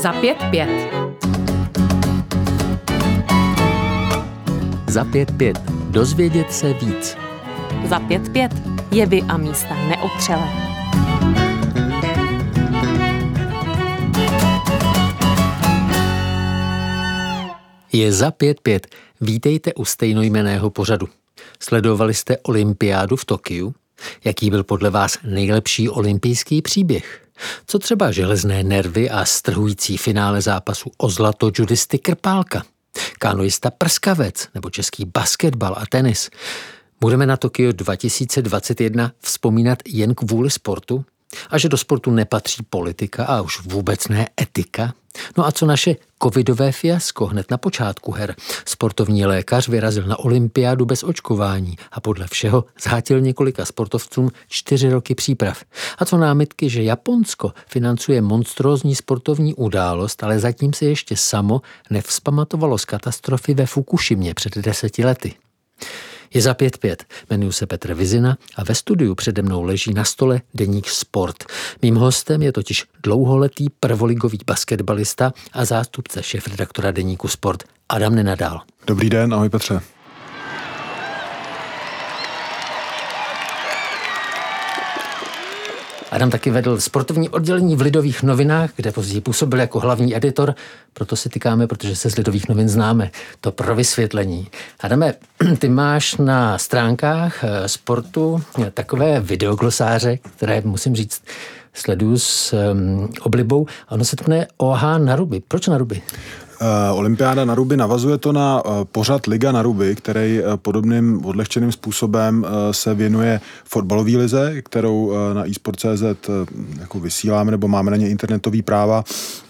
Za 5-5. Za 5-5. Dozvědět se víc. Za 5-5. Jevy a místa neotřelé. Je za 5-5. Vítejte u stejnojmenného pořadu. Sledovali jste olympiádu v Tokiu? Jaký byl podle vás nejlepší olympijský příběh? Co třeba železné nervy a strhující finále zápasu o zlato judisty Krpálka? Kanoista Prskavec nebo český basketbal a tenis? Budeme na Tokio 2021 vzpomínat jen kvůli sportu? A že do sportu nepatří politika a už vůbec ne etika? No a co naše covidové fiasko hned na počátku her? Sportovní lékař vyrazil na olympiádu bez očkování a podle všeho zhátil několika sportovcům 4 roky příprav. A co námitky, že Japonsko financuje monstrózní sportovní událost, ale zatím se ještě samo nevzpamatovalo z katastrofy ve Fukušimě před 10 lety. Je za 5-5. Jmenuji se Petr Vizina a ve studiu přede mnou leží na stole deník Sport. Mým hostem je totiž dlouholetý prvoligový basketbalista a zástupce šéfredaktora deníku Sport Adam Nenadál. Dobrý den, ahoj Petře. Adam taky vedl sportovní oddělení v Lidových novinách, kde později působil jako hlavní editor, proto si tykáme, protože se z Lidových novin známe. To pro vysvětlení. Adame, ty máš na stránkách Sportu takové videoglosáře, které, musím říct, sleduju s oblibou. Ono se to jmenuje OH na ruby. Proč na ruby? Olympiáda na ruby navazuje to na pořad Liga na ruby, který podobným odlehčeným způsobem se věnuje fotbalové lize, kterou na eSport.cz jako vysíláme nebo máme na ně internetový práva.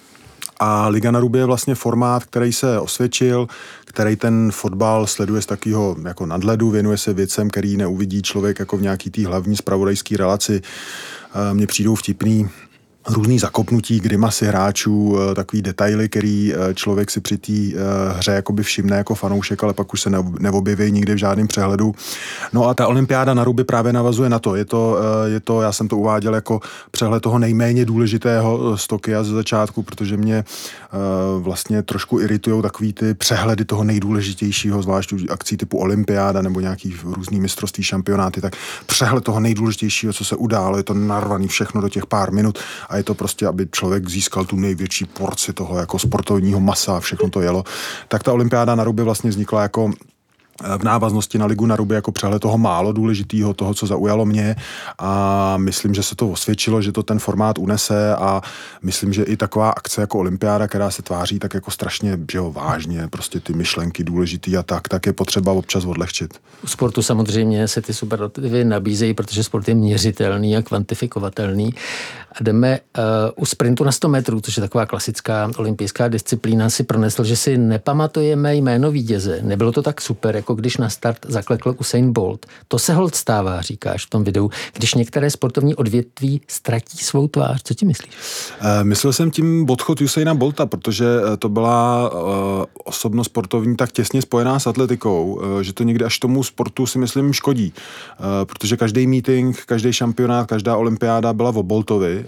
A Liga na ruby je vlastně formát, který se osvědčil, který ten fotbal sleduje z takového jako nadhledu, věnuje se věcem, který neuvidí člověk jako v nějaký té hlavní zpravodajské relaci. Mně přijdou vtipný různý zakopnutí, grimasy hráčů, takový detaily, který člověk si při té hře jakoby všimne jako fanoušek, ale pak už se neobjeví nikdy v žádném přehledu. No a ta olympiáda na ruby právě navazuje na to. Je to, já jsem to uváděl jako přehled toho nejméně důležitého z Tokia ze začátku, protože mě vlastně trošku iritujou takový ty přehledy toho nejdůležitějšího, zvlášť akcí typu olympiáda nebo nějaký různý mistrovství, šampionáty, tak přehled toho nejdůležitějšího, co se událo, je to narvaný všechno do těch pár minut a je to prostě, aby člověk získal tu největší porci toho jako sportovního masa a všechno to jelo. Tak ta olympiáda na ruby vlastně vznikla jako v návaznosti na Ligu na ruby jako přehled toho málo důležitého, toho, co zaujalo mě a myslím, že se to osvědčilo, že to ten formát unese a myslím, že i taková akce jako olympiáda, která se tváří tak jako strašně, že jo, vážně, prostě ty myšlenky důležitý a tak je potřeba občas odlehčit. U sportu samozřejmě se ty superlativy nabízejí, protože sport je měřitelný a kvantifikovatelný. A jdeme u sprintu na 100 metrů, což je taková klasická olympijská disciplína, si pronesl, že si nepamatujeme jméno vítěze. Nebylo to tak super, jako když na start zaklekl Usain Bolt. To se holt stává, říkáš v tom videu, když některé sportovní odvětví ztratí svou tvář. Co ti myslíš? Myslel jsem tím odchod Usaina Bolta, protože to byla osobnost sportovní tak těsně spojená s atletikou, že to někdy až tomu sportu si myslím škodí. Protože každý meeting, každý šampionát, každá olympiáda byla o Boltovi.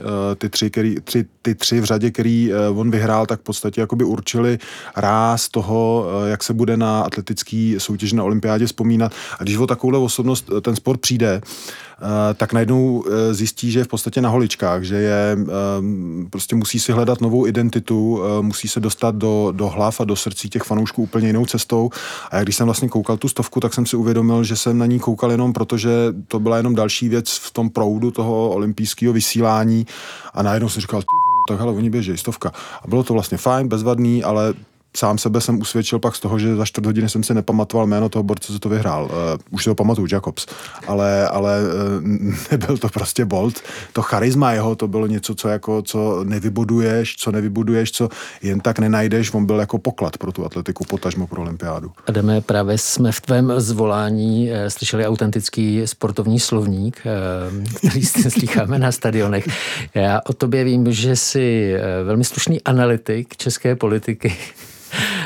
Ty tři v řadě, který on vyhrál, tak v podstatě jakoby určili ráz toho, jak se bude na atletický soutěž na olympiádě vzpomínat. A když o takovouhle osobnost ten sport přijde, tak najednou zjistí, že je v podstatě na holičkách, že je prostě musí si hledat novou identitu, musí se dostat do hlav a do srdcí těch fanoušků úplně jinou cestou. A já když jsem vlastně koukal tu 100, tak jsem si uvědomil, že jsem na ní koukal jenom proto, že to byla jenom další věc v tom proudu toho olympijského vysílání a najednou jsem říkal, tak hele, oni běží 100. A bylo to vlastně fajn, bezvadný, ale sám sebe jsem usvědčil pak z toho, že za 4 hodiny jsem si nepamatoval jméno toho borce, co to vyhrál. Už si ho pamatuju, Jacobs. Ale nebyl to prostě Bolt. To charisma jeho, to bylo něco, co nevybuduješ, co jen tak nenajdeš. On byl jako poklad pro tu atletiku, potažmo pro olympiádu. Adame, právě jsme v tvém zvolání slyšeli autentický sportovní slovník, který slycháme na stadionech. Já o tobě vím, že jsi velmi slušný analytik české politiky.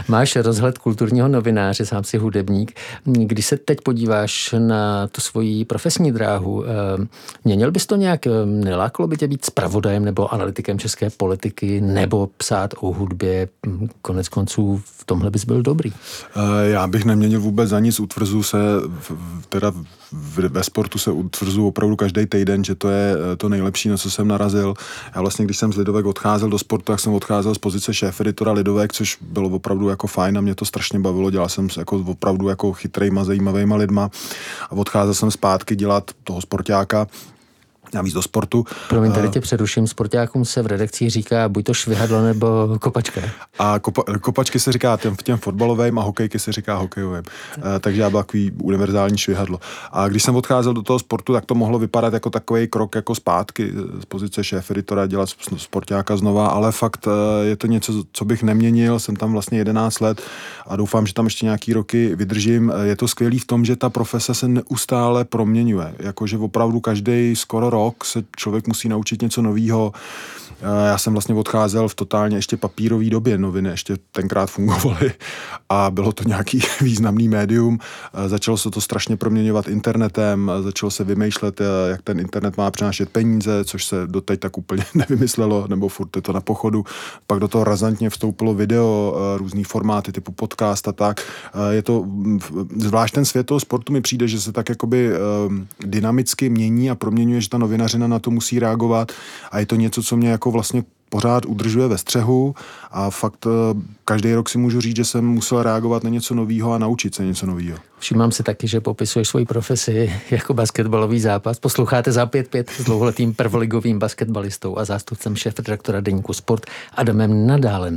Máš rozhled kulturního novináře, sám si hudebník. Když se teď podíváš na tu svoji profesní dráhu, měnil bys to nějak, nelákalo by tě být zpravodajem nebo analytikem české politiky nebo psát o hudbě? Konec konců v tomhle bys byl dobrý. Já bych neměnil vůbec za nic, utvrzu se, teda ve sportu se utvrzu opravdu každý týden, že to je to nejlepší, na co jsem narazil. Já vlastně, když jsem z Lidovek odcházel do sportu, tak jsem odcházel z pozice šéfeditora Lidovek, což bylo opravdu jako fajn a mě to strašně bavilo. Dělal jsem jako opravdu jako chytrejma, zajímavejma lidma a odcházel jsem zpátky dělat toho sportáka, navíc do sportu. Promiň, tady tě přeruším, sportákům se v redakci říká buď to švihadlo nebo kopačka. A kopačky se říká těm fotbalovým a hokejky se říká hokejovým. Takže já byl takový univerzální švihadlo. A když jsem odcházel do toho sportu, tak to mohlo vypadat jako takový krok jako zpátky z pozice šéfeditora dělat sportáka znova, ale fakt je to něco, co bych neměnil. Jsem tam vlastně 11 let a doufám, že tam ještě nějaký roky vydržím. Je to skvělý v tom, že ta profese se neustále proměňuje. Jakože opravdu každý skoro rok se člověk musí naučit něco novýho. Já jsem vlastně odcházel v totálně ještě papírové době, noviny ještě tenkrát fungovaly a bylo to nějaký významný médium. Začalo se to strašně proměňovat internetem, začalo se vymýšlet, jak ten internet má přinášet peníze, což se doteď tak úplně nevymyslelo, nebo furt je to na pochodu. Pak do toho razantně vstoupilo video, různý formáty typu podcast a tak. Je to, zvlášť ten svět toho sportu mi přijde, že se tak jakoby dynamicky mění a proměňuje, že ta novinařina na to musí reagovat a je to něco, co mě jako vlastně pořád udržuje ve střehu a fakt každý rok si můžu říct, že jsem musel reagovat na něco novýho a naučit se něco novýho. Všímám si taky, že popisuješ svoji profesi jako basketbalový zápas. Posloucháte za 5-5 s dlouholetým prvoligovým basketbalistou a zástupcem šéfredaktora deníku Sport Adamem Nadálem.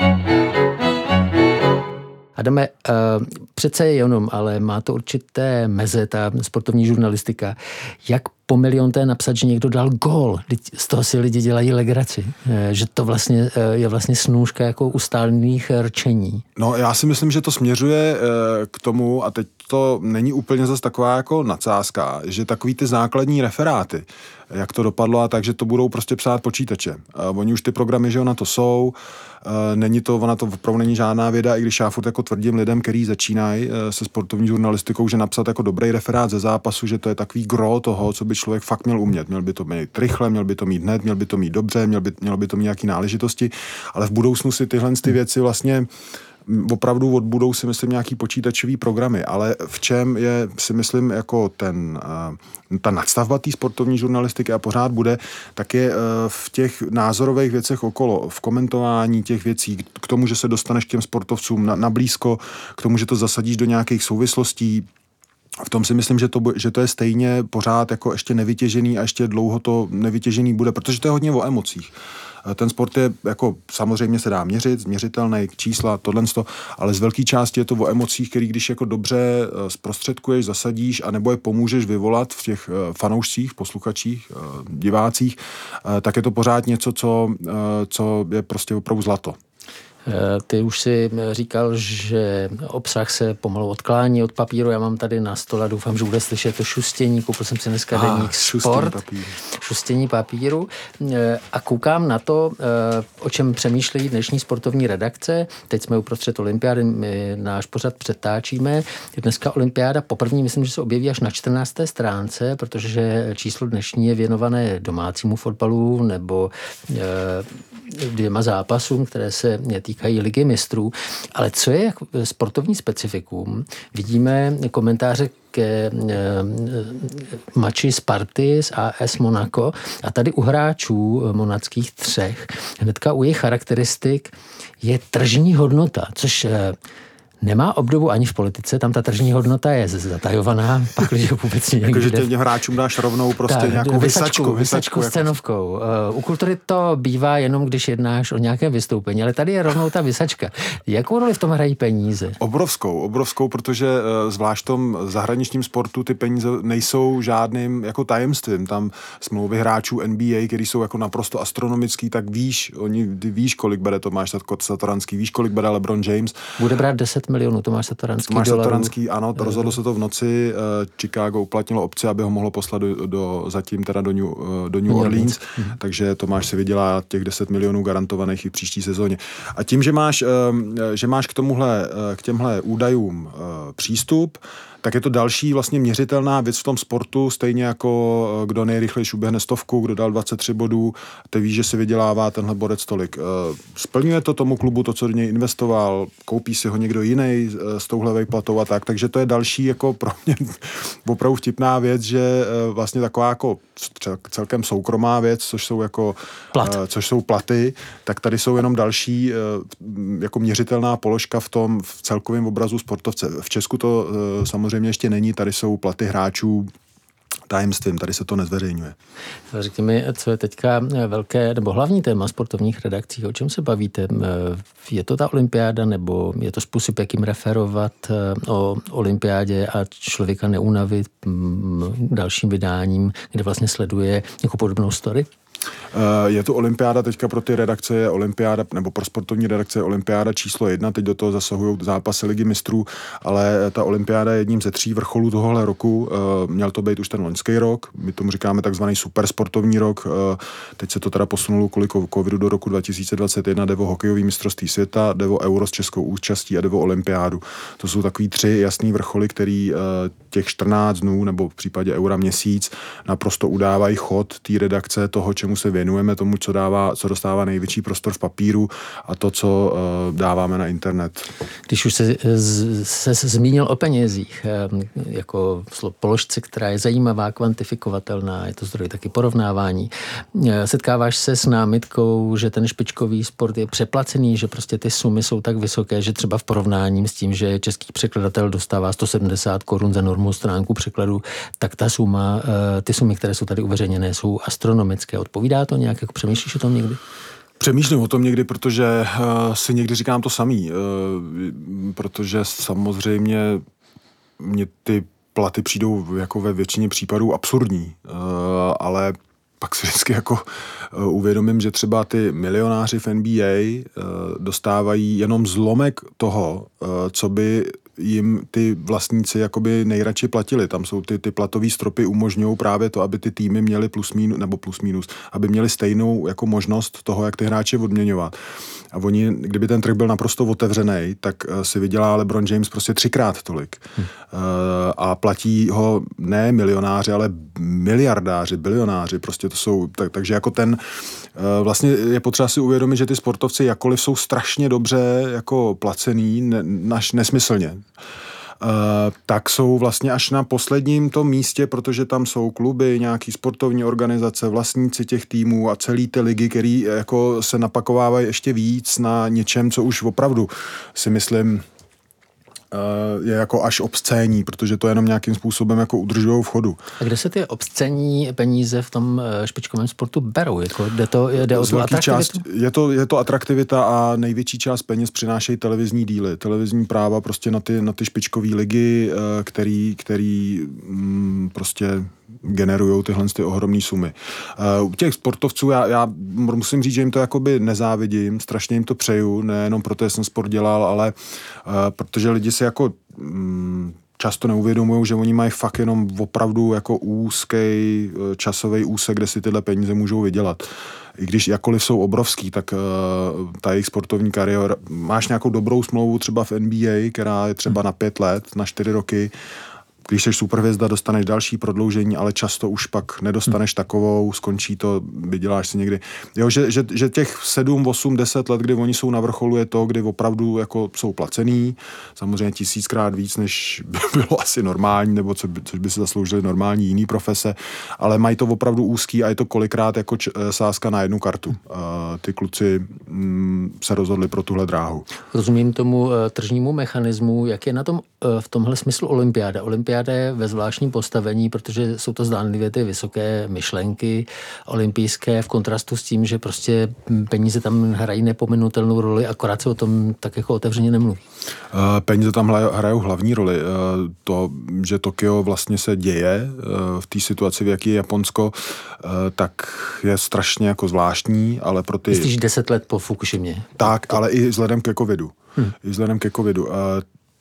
Adame, přece jenom, ale má to určité meze, ta sportovní žurnalistika. Jak po milionté napsat, že někdo dal gól? Z toho si lidi dělají legraci. Že to vlastně je vlastně snůžka jako ustálených rčení. No, já si myslím, že to směřuje k tomu, a teď to není úplně zase taková jako nadsázka, že takový ty základní referáty, jak to dopadlo a tak, že to budou prostě psát počítače. Oni už ty programy, že na to jsou, ona to opravdu není žádná věda, i když já furt jako tvrdím lidem, kteří začínají se sportovní žurnalistikou, že napsat jako dobrý referát ze zápasu, že to je takový gro toho, co by člověk fakt měl umět. Měl by to mít rychle, měl by to mít hned, měl by to mít dobře, mělo by to mít nějaký náležitosti, ale v budoucnu si tyhle ty věci vlastně opravdu odbudou si myslím nějaký počítačový programy, ale v čem je si myslím jako ta nadstavba té sportovní žurnalistiky a pořád bude, tak je v těch názorových věcech okolo, v komentování těch věcí, k tomu, že se dostaneš k těm sportovcům na blízko, k tomu, že to zasadíš do nějakých souvislostí. V tom si myslím, že to je stejně pořád jako ještě nevytěžený a ještě dlouho to nevytěžený bude, protože to je hodně o emocích. Ten sport je jako samozřejmě se dá měřit, změřitelný, čísla, tohleto, ale z velké části je to o emocích, který když jako dobře zprostředkuješ, zasadíš a nebo je pomůžeš vyvolat v těch fanoušcích, posluchačích, divácích, tak je to pořád něco, co je prostě opravdu zlato. Ty už si říkal, že obsah se pomalu odklání od papíru. Já mám tady na stole, doufám, že bude slyšet to šustění. Koupil jsem si dneska deník Sport. Šustění papíru. A koukám na to, o čem přemýšlejí dnešní sportovní redakce. Teď jsme uprostřed olympiády, my náš pořad přetáčíme. Dneska olympiáda poprvé, myslím, že se objeví až na 14. stránce, protože číslo dnešní je věnované domácímu fotbalu nebo dvěma zápasům, které se týkají Ligy mistrů. Ale co je sportovní specifikum? Vidíme komentáře ke mači Sparty s AS Monaco a tady u hráčů monackých 3, hnedka u jejich charakteristik je tržní hodnota, což nemá obdobu ani v politice, tam ta tržní hodnota je zatajovaná, pakliže vůbec někde. Jakože těm hráčům dáš rovnou prostě nějakou vysačku s cenovkou. U kultury to bývá jenom, když jednáš o nějakém vystoupení, ale tady je rovnou ta vysačka. Jakou roli v tom hrají peníze? Obrovskou, protože zvlášť v tom zahraničním sportu ty peníze nejsou žádným jako tajemstvím. Tam smlouvy hráčů NBA, který jsou jako naprosto astronomický, tak víš, kolik bere Tomáš Satoranský, víš, kolik bere LeBron James. Bude brát 10 milionů, Tomáš Satoranský dolarů. Ano, rozhodlo se to v noci, Chicago uplatnilo opci, aby ho mohlo poslat zatím teda do New Orleans, takže Tomáš si vydělá těch 10 milionů garantovaných i v příští sezóně. A tím, že máš k těmhle údajům přístup, tak je to další vlastně měřitelná věc v tom sportu, stejně jako kdo nejrychlejší uběhne 100, kdo dal 23 bodů, ty víš, že si vydělává tenhle bodec tolik. Splňuje to tomu klubu to, co do něj investoval, koupí si ho někdo jiný s touhle vejplatou a tak, takže to je další jako pro mě opravdu vtipná věc, že vlastně taková jako celkem soukromá věc, což jsou platy, tak tady jsou jenom další jako měřitelná položka v celkovém obrazu sportovce. V Česku to samozřejmě ještě není, tady jsou platy hráčů tajemstvím, tady se to nezveřejňuje. Řekni mi, co je teďka velké nebo hlavní téma sportovních redakcí, o čem se bavíte? Je to ta olympiáda, nebo je to způsob, jakým referovat o olympiádě a člověka neunavit dalším vydáním, kde vlastně sleduje jako podobnou story? Je to olympiáda, teďka pro ty redakce je olympiáda, nebo pro sportovní redakce je olympiáda číslo 1, teď do toho zasahují zápasy Ligy mistrů, ale ta olympiáda je jedním ze 3 vrcholů tohohle roku. Měl to být už ten loňský rok, my tomu říkáme takzvaný supersportovní rok, teď se to teda posunulo kvůli covidu do roku 2021, jde o hokejový mistrovství světa, jde o Euro s českou účastí a jde o olympiádu. To jsou takový 3 jasný vrcholy, který těch 14 dnů, nebo v případě Eura měsíc, naprosto udávají chod té redakce toho, čemu se věnujeme, tomu, co dostává největší prostor v papíru a to, co dáváme na internet. Když už se zmínil o penězích, jako položce, která je zajímavá, kvantifikovatelná, je to zdroj taky porovnávání. Setkáváš se s námitkou, že ten špičkový sport je přeplacený, že prostě ty sumy jsou tak vysoké, že třeba v porovnání s tím, že český překladatel dostává 170 korun za normální stránku překladu, tak ta suma, ty sumy, které jsou tady uveřejněné, jsou astronomické. Odpovídá to nějak? Jako přemýšlíš o tom někdy? Přemýšlím o tom někdy, protože si někdy říkám to samý, protože samozřejmě mě ty platy přijdou jako ve většině případů absurdní, ale pak si vždycky jako uvědomím, že třeba ty milionáři v NBA dostávají jenom zlomek toho, co by jim ty vlastníci jakoby nejradši platili. Tam jsou ty platové stropy umožňují právě to, aby ty týmy měly plus minus, aby měli stejnou jako možnost toho, jak ty hráče odměňovat. A oni, kdyby ten trh byl naprosto otevřený, tak si vydělá LeBron James prostě 3x tolik. A platí ho ne milionáři, ale miliardáři, bilionáři, prostě to jsou, takže jako vlastně je potřeba si uvědomit, že ty sportovci jakkoliv jsou strašně dobře jako placený, nesmyslně, tak jsou vlastně až na posledním tom místě, protože tam jsou kluby, nějaký sportovní organizace, vlastníci těch týmů a celý ty ligy, který jako se napakovávají ještě víc na něčem, co už opravdu si myslím je jako až obscénní, protože to jenom nějakým způsobem jako udržujou v chodu. A kde se ty obscénní peníze v tom špičkovém sportu berou? Jako jde o tu atraktivitu? Je to atraktivita a největší část peněz přinášejí televizní díly. Televizní práva prostě na ty špičkové ligy, který prostě generujou tyhle ty ohromné sumy. U těch sportovců já musím říct, že jim to jakoby nezávidím, strašně jim to přeju, nejenom proto, že jsem sport dělal, ale protože lidi si jako často neuvědomují, že oni mají fakt jenom opravdu jako úzký časový úsek, kde si tyhle peníze můžou vydělat. I když jakkoliv jsou obrovský, tak ta jejich sportovní kariéra, máš nějakou dobrou smlouvu třeba v NBA, která je třeba na 5 let, na 4 roky, když jsi superhvězda, dostaneš další prodloužení, ale často už pak nedostaneš takovou, skončí to, vyděláš si někdy. Jo, že těch 7, 8, 10 let, kdy oni jsou na vrcholu, je to, kdy opravdu jako jsou placený, samozřejmě 1000krát víc, než by bylo asi normální, nebo což by si zasloužili normální jiný profese, ale mají to opravdu úzký a je to kolikrát jako sázka na jednu kartu. Ty kluci se rozhodli pro tuhle dráhu. Rozumím tomu tržnímu mechanismu, jak je na tom v tomhle smyslu olympiáda. Olympiáda je ve zvláštním postavení, protože jsou to zdánlivě ty vysoké myšlenky olympijské v kontrastu s tím, že prostě peníze tam hrají nepominutelnou roli, akorát se o tom tak jako otevřeně nemluví. Peníze tam hrajou hlavní roli. To, že Tokio vlastně se děje v té situaci, v jaký je Japonsko, tak je strašně jako zvláštní, ale pro ty... Myslíš 10 let po Fukushimě? Tak, ale i vzhledem ke covidu.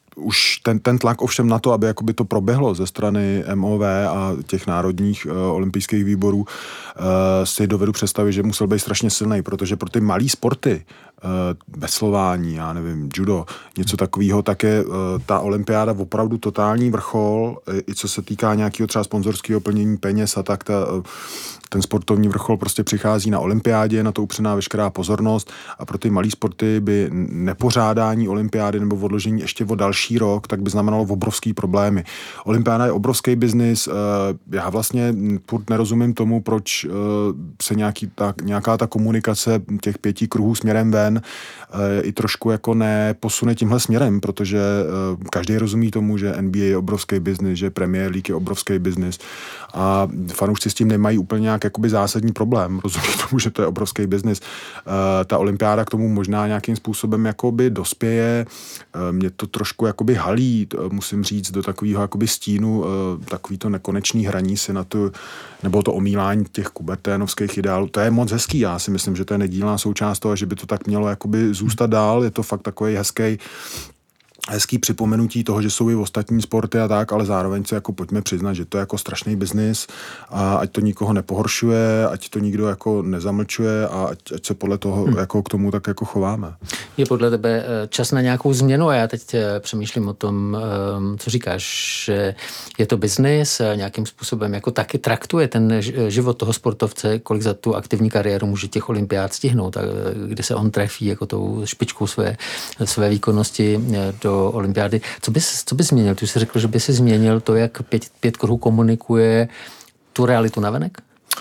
už ten tlak ovšem na to, aby jakoby to proběhlo ze strany MOV a těch národních olympijských výborů, si dovedu představit, že musel být strašně silný, protože pro ty malý sporty, veslování, já nevím, judo, něco takového, tak je ta olympiáda opravdu totální vrchol, i co se týká nějakého třeba sponzorského plnění peněz a tak ten sportovní vrchol prostě přichází na olympiádě, na to upřená veškerá pozornost a pro ty malý sporty by nepořádání olympiády nebo odložení ještě o další rok, tak by znamenalo obrovský problémy. Olympiáda je obrovský biznis, já vlastně furt nerozumím tomu, proč se nějaká ta komunikace těch 5 kruhů směrem ven i trošku jako neposune tímhle směrem, protože každý rozumí tomu, že NBA je obrovský biznis, že Premier League je obrovský biznis a fanoušci s tím nemají úplně nějak jakoby zásadní problém. Rozumí tomu, že to je obrovský biznis. Ta olympiáda k tomu možná nějakým způsobem jakoby dospěje. Mě to trošku jakoby halí, musím říct, do takového jakoby stínu, takový to nekonečný hraní si na to, nebo to omílání těch kuberténovských ideálů. To je moc hezký. Já si myslím, že to je nedílná součást toho, že by to tak mělo jakoby zůstat dál. Je to fakt takový hezký připomenutí toho, že jsou i ostatní sporty a tak, ale zároveň se jako pojďme přiznat, že to je jako strašný biznis a ať to nikoho nepohoršuje, ať to nikdo jako nezamlčuje a ať se podle toho jako k tomu tak jako chováme. Je podle tebe čas na nějakou změnu a já teď přemýšlím o tom, co říkáš, že je to biznis, nějakým způsobem jako taky traktuje ten život toho sportovce, kolik za tu aktivní kariéru může těch olympiád stihnout a kde se on trefí jako tou špičkou své výkonnosti do olympiády. Co bys změnil? Ty jsi řekl, že by si změnil to, jak 5 kruhů komunikuje tu realitu navenek?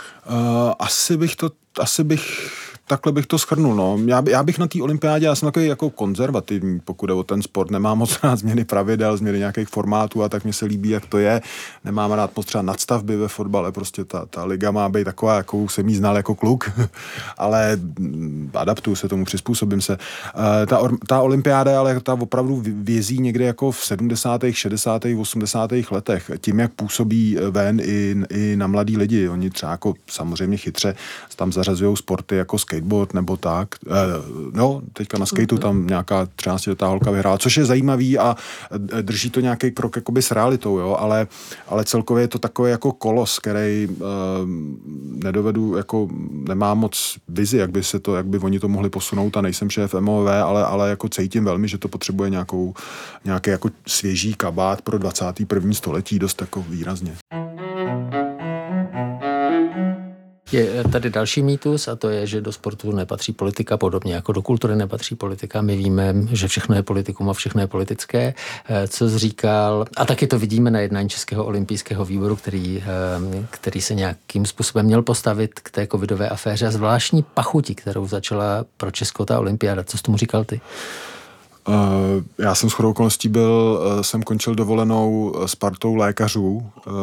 Takhle bych to shrnul. No. Já bych na té olympiádě, já jsem takový jako konzervativní, pokud jde o ten sport. Nemám moc rád změny pravidel, změny nějakých formátů a tak mně se líbí, jak to je. Nemám rád moc třeba nadstavby ve fotbale, prostě ta liga má být taková, jakou jsem jí znal jako kluk, ale adaptuju se tomu, přizpůsobím se. Ta olympiáda, ale ta opravdu vězí někde jako v 70., 60., 80. letech. Tím, jak působí ven i na mladý lidi. Oni třeba jako samozřejmě chytře tam zařazujou sporty jako skateboard nebo tak. Teďka na skateu tam nějaká 13letá holka vyhrála, což je zajímavý a drží to nějaký krok jakoby s realitou, jo, ale celkově je to takový jako kolos, který nedovedu, jako nemá moc vizi, jak by oni to mohli posunout a nejsem šéf MOV, ale jako cítím velmi, že to potřebuje nějaký jako svěží kabát pro 21. století, dost jako výrazně. Je tady další mýtus a to je, že do sportu nepatří politika, podobně jako do kultury nepatří politika. My víme, že všechno je politikum a všechno je politické. Co jsi říkal, a taky to vidíme na jednání Českého olympijského výboru, který se nějakým způsobem měl postavit k té covidové aféře a zvláštní pachuti, kterou začala pro Česko ta olympiáda. Co jsi tomu říkal ty? Já jsem shodou okolností jsem končil dovolenou s partou lékařů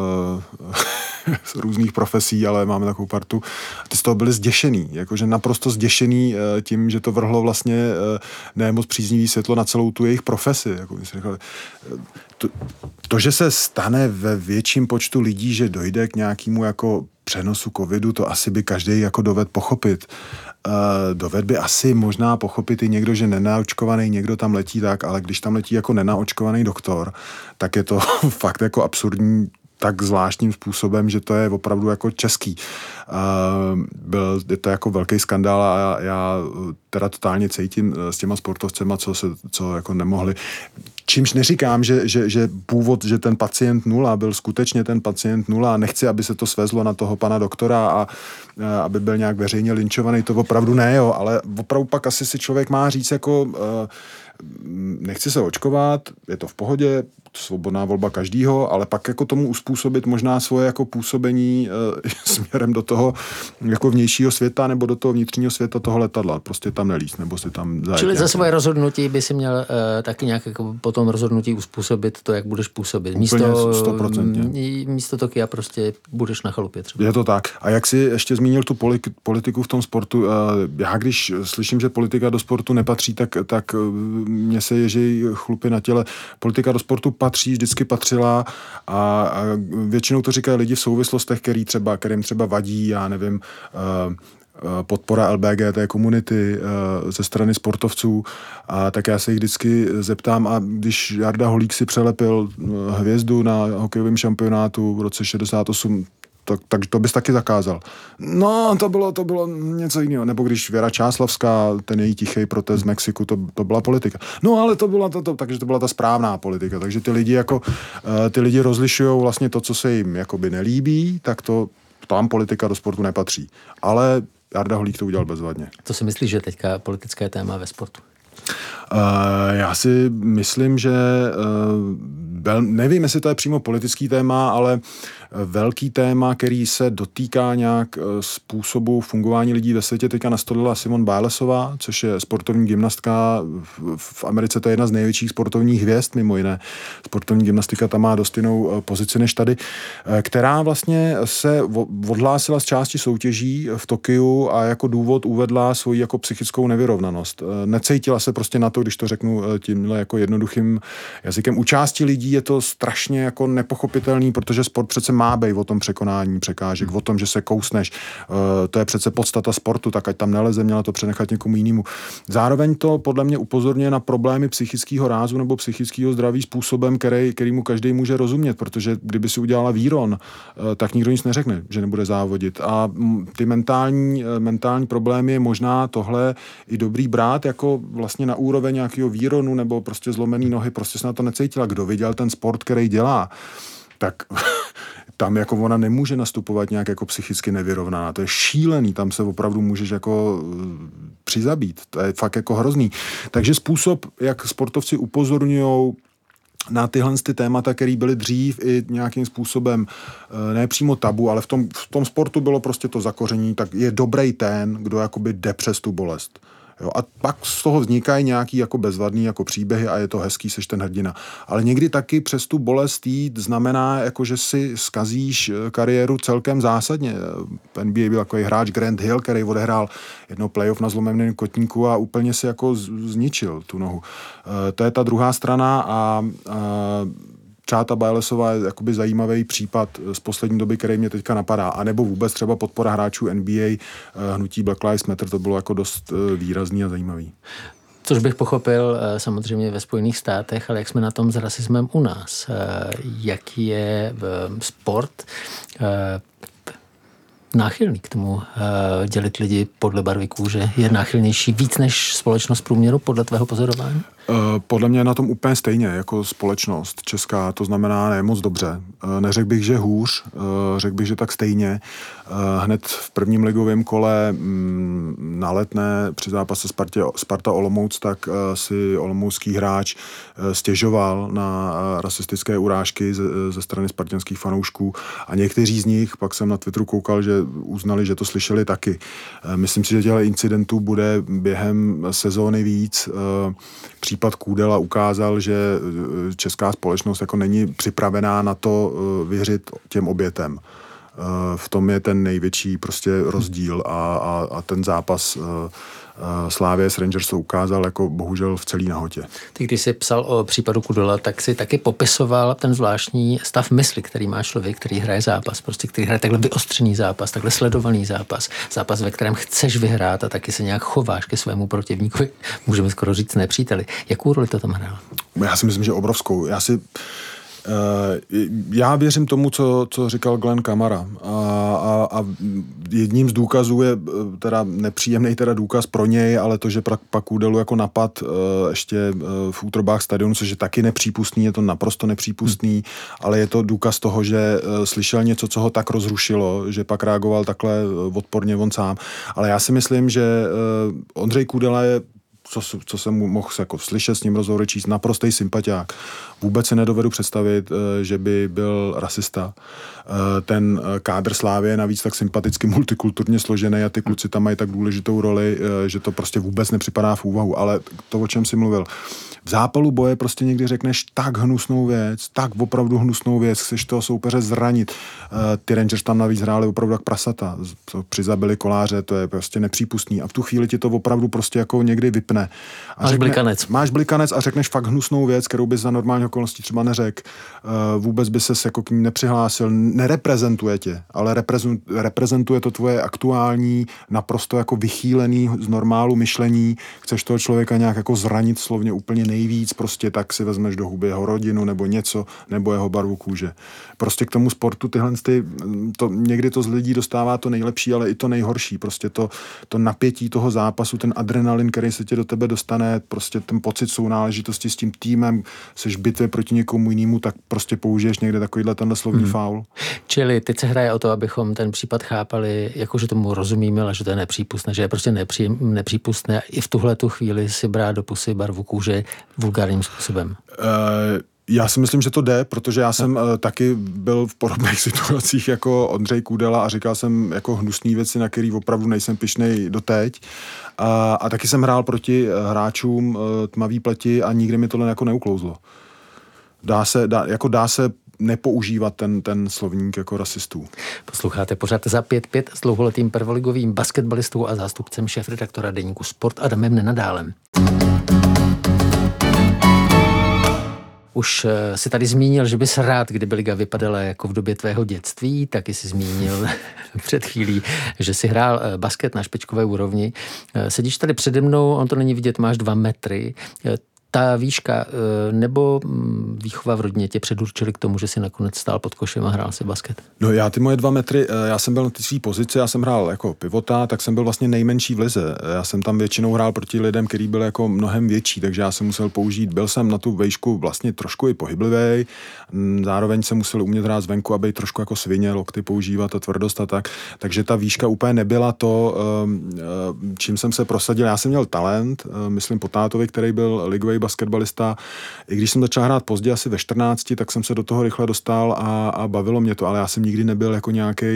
z různých profesí, ale máme takovou partu. Ty z toho byli zděšený, jakože naprosto zděšený tím, že to vrhlo vlastně nemoc příznivý světlo na celou tu jejich profesi. Jako to, že se stane ve větším počtu lidí, že dojde k nějakému jako přenosu covidu, to asi by každý jako dovedl pochopit. Dovedl by asi možná pochopit i někdo, že nenaočkovaný někdo tam letí tak, ale když tam letí jako nenaočkovaný doktor, tak je to fakt jako absurdní tak zvláštním způsobem, že to je opravdu jako český. Je to jako velký skandál a já teda totálně cítím s těma sportovcema, co jako nemohli. Čímž neříkám, že původ, že ten pacient 0 byl skutečně ten pacient 0 a nechci, aby se to svezlo na toho pana doktora a aby byl nějak veřejně linčovaný, to opravdu ne, jo, ale opravdu pak asi si člověk má říct jako nechci se očkovat, je to v pohodě, svobodná volba každýho, ale pak jako tomu uspůsobit možná svoje jako působení směrem do toho jako vnějšího světa nebo do toho vnitřního světa toho letadla. Prostě tam nelíst, nebo si tam zajet. Čili za svoje rozhodnutí by si měl taky nějak jako po tom rozhodnutí uspůsobit to, jak budeš působit. Místo Tokia prostě budeš na chalupě třeba. Je to tak. A jak jsi ještě zmínil tu politiku v tom sportu, já když slyším, že politika do sportu nepatří, tak mě se ježí chlupy na těle. Politika do sportu patří, vždycky patřila a většinou to říkají lidi v souvislostech, kterým třeba vadí, já nevím, podpora LBGT komunity ze strany sportovců, a tak já se jich vždycky zeptám, a když Jarda Holík si přelepil hvězdu na hokejovém šampionátu v roce 68, tak to bys taky zakázal. No, to bylo něco jiného. Nebo když Věra Čáslavská, ten její tichý protest z Mexiku, to byla politika. No, ale to byla takže to byla ta správná politika. Takže ty lidi rozlišují vlastně to, co se jim jakoby nelíbí, tak tam politika do sportu nepatří. Ale Jarda Holík to udělal bezvadně. Co si myslíš, že teďka politické téma ve sportu? Já si myslím, že nevím, jestli to je přímo politický téma, ale velký téma, který se dotýká nějak způsobu fungování lidí ve světě, teďka nastolila Simone Bilesová, což je sportovní gymnastka. V Americe to je jedna z největších sportovních hvězd, mimo jiné. Sportovní gymnastika tam má dost jinou pozici než tady, která vlastně se odhlásila z části soutěží v Tokiu a jako důvod uvedla svoji jako psychickou nevyrovnanost. Necítila se prostě na to, když to řeknu tímhle jako jednoduchým jazykem. U části lidí je to strašně jako nepochopitelný, protože sport přece má být o tom překonání překážek, o tom, že se kousneš. To je přece podstata sportu, tak ať tam neleze, měla to přenechat někomu jinému. Zároveň to podle mě upozorňuje na problémy psychického rázu nebo psychického zdraví způsobem, kterýmu každý může rozumět, protože kdyby si udělala výron, tak nikdo nic neřekne, že nebude závodit. A ty mentální problémy je možná tohle i dobrý brát jako vlastně na úroveň nějakého výronu nebo prostě zlomený nohy, prostě se na to necítila. Kdo viděl ten sport, který dělá, tak tam jako ona nemůže nastupovat nějak jako psychicky nevyrovnaná. To je šílený, tam se opravdu můžeš jako přizabít. To je fakt jako hrozný. Takže způsob, jak sportovci upozorňujou na tyhle témata, které byly dřív i nějakým způsobem ne přímo tabu, ale v tom sportu bylo prostě to zakoření, tak je dobrý ten, kdo jakoby jde přes tu bolest. Jo, a pak z toho vznikají nějaký jako bezvadný jako příběhy a je to hezký, seš ten hrdina. Ale někdy taky přes tu bolest jít znamená, jako že si zkazíš kariéru celkem zásadně. V NBA byl takový hráč Grant Hill, který odehrál jedno playoff na zlomeném kotníku a úplně si jako zničil tu nohu. To je ta druhá strana a Čáta Bilesová je jakoby zajímavý případ z poslední doby, který mě teďka napadá. A nebo vůbec třeba podpora hráčů NBA, hnutí Black Lives Matter, to bylo jako dost výrazný a zajímavý. Což bych pochopil samozřejmě ve Spojených státech, ale jak jsme na tom s rasismem u nás? Jaký je sport náchylný k tomu dělit lidi podle barvy kůže? Je náchylnější víc než společnost průměru podle tvého pozorování? Podle mě je na tom úplně stejně jako společnost česká, to znamená ne moc dobře. Neřekl bych, že hůř, řekl bych, že tak stejně. Hned v prvním ligovém kole na Letné při zápase Sparta Olomouc, tak si olomoucký hráč stěžoval na rasistické urážky ze strany spartanských fanoušků a někteří z nich, pak jsem na Twitteru koukal, že uznali, že to slyšeli taky. Myslím si, že těchto incidentů bude během sezóny víc. Případ Kůdela ukázal, že česká společnost jako není připravená na to věřit těm obětem. V tom je ten největší prostě rozdíl a ten zápas Slávie s Rangers to ukázal jako bohužel v celý nahotě. Ty, když jsi psal o případu Kudela, tak si taky popisoval ten zvláštní stav mysli, který má člověk, který hraje zápas, prostě který hraje takhle vyostřený zápas, takhle sledovaný zápas, ve kterém chceš vyhrát a taky se nějak chováš ke svému protivníkovi, můžeme skoro říct nepříteli. Jakou roli to tam hrálo? Já si myslím, že obrovskou. Já věřím tomu, co říkal Glenn Kamara a jedním z důkazů je teda nepříjemný teda důkaz pro něj, ale to, že pak Kůdelu jako napad ještě v útrobách stadionu, což je taky nepřípustný, je to naprosto nepřípustný, ale je to důkaz toho, že slyšel něco, co ho tak rozrušilo, že pak reagoval takhle odporně on sám. Ale já si myslím, že Ondřej Kůdela je, co jsem mohl jako slyšet, s ním rozhovory číst, naprostý sympatiák. Vůbec si nedovedu představit, že by byl rasista. Ten kádr Slávie je navíc tak sympaticky multikulturně složený a ty kluci tam mají tak důležitou roli, že to prostě vůbec nepřipadá v úvahu. Ale to, o čem jsi mluvil, v zápalu boje prostě někdy řekneš tak hnusnou věc, tak opravdu hnusnou věc, chceš toho soupeře zranit. Ty Rangers tam navíc hráli opravdu jak prasata, přizabili Koláře, to je prostě nepřípustný a v tu chvíli ti to opravdu prostě jako někdy vypne. Máš blikanec a řekneš fakt hnusnou věc, kterou bys za normální okolností třeba neřekl, vůbec by ses jako k ní nepřihlásil, nereprezentuje tě, ale reprezentuje to tvoje aktuální, naprosto jako vychýlený z normálu myšlení, chceš toho člověka nějak jako zranit slovně úplně nejvíc, prostě tak si vezmeš do huby jeho rodinu nebo něco, nebo jeho barvu kůže. Prostě k tomu sportu někdy to z lidí dostává to nejlepší, ale i to nejhorší, prostě to napětí toho zápasu, ten adrenalin, který se tě do tebe dostane, prostě ten pocit sounáležitosti s tím týmem, seš v bitvě proti někomu jinému, tak prostě použiješ někde takovýhle tenhle slovní faul. Čili teď se hraje o to, abychom ten případ chápali, jako že tomu rozumíme, ale že to je nepřípustné, že je prostě nepřípustné i v tuhle tu chvíli si brát do pusy barvu kůže vulgárním způsobem. Já si myslím, že to jde, protože já jsem taky byl v podobných situacích jako Ondřej Kůdela a říkal jsem jako hnusný věci, na který opravdu nejsem pyšnej doteď. A taky jsem hrál proti hráčům tmavý pleti a nikdy mi tohle jako neuklouzlo. Dá se nepoužívat ten slovník jako rasistů. Posloucháte pořád Za 5-5 s dlouholetým prvoligovým basketbalistou a zástupcem šéfredaktora deníku Sport Adamem Nenadálem. Už si tady zmínil, že bys rád, kdyby liga vypadala jako v době tvého dětství, taky si zmínil před chvílí, že si hrál basket na špičkové úrovni. Sedíš tady přede mnou, on to není vidět, máš 2 metry. Ta výška nebo výchova v rodině tě předurčili k tomu, že si nakonec stál pod košem a hrál si basket? No já ty moje 2 metry, já jsem byl na ty svý pozici, já jsem hrál jako pivota, tak jsem byl vlastně nejmenší v lize. Já jsem tam většinou hrál proti lidem, který byl jako mnohem větší, takže já jsem musel použít, byl jsem na tu vejšku vlastně trošku i pohyblivý, zároveň jsem musel umět hrát zvenku, aby trošku jako svině, lokty používat a tvrdost a tak. Takže ta výška úplně nebyla to, čím jsem se prosadil. Já jsem měl talent, myslím po tátovi, který byl ligový basketbalista. I když jsem začal hrát pozdě, asi ve 14, tak jsem se do toho rychle dostal a bavilo mě to, ale já jsem nikdy nebyl jako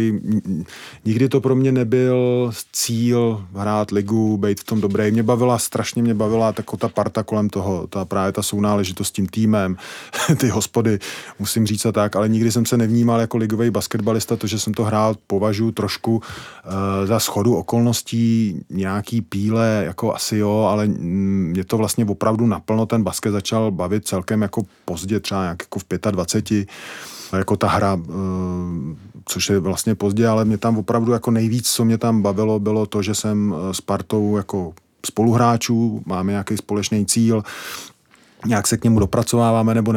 nikdy to pro mě nebyl cíl hrát ligu, být v tom dobrý. Strašně mě bavila ta parta kolem toho, právě ta sounáležitost s tím týmem, ty hospody, musím říct a tak, ale nikdy jsem se nevnímal jako ligový basketbalista, to, že jsem to hrál, považuji trošku za shodu okolností, nějaký píle, jako asi jo, ale mě to vlastně opravdu naplno ten basket začal bavit celkem jako pozdě, třeba jako v 25, jako ta hra, což je vlastně pozdě, ale mě tam opravdu jako nejvíc, co mě tam bavilo, bylo to, že jsem s partou jako spoluhráčů, máme nějaký společný cíl, nějak se k němu dopracováváme nebo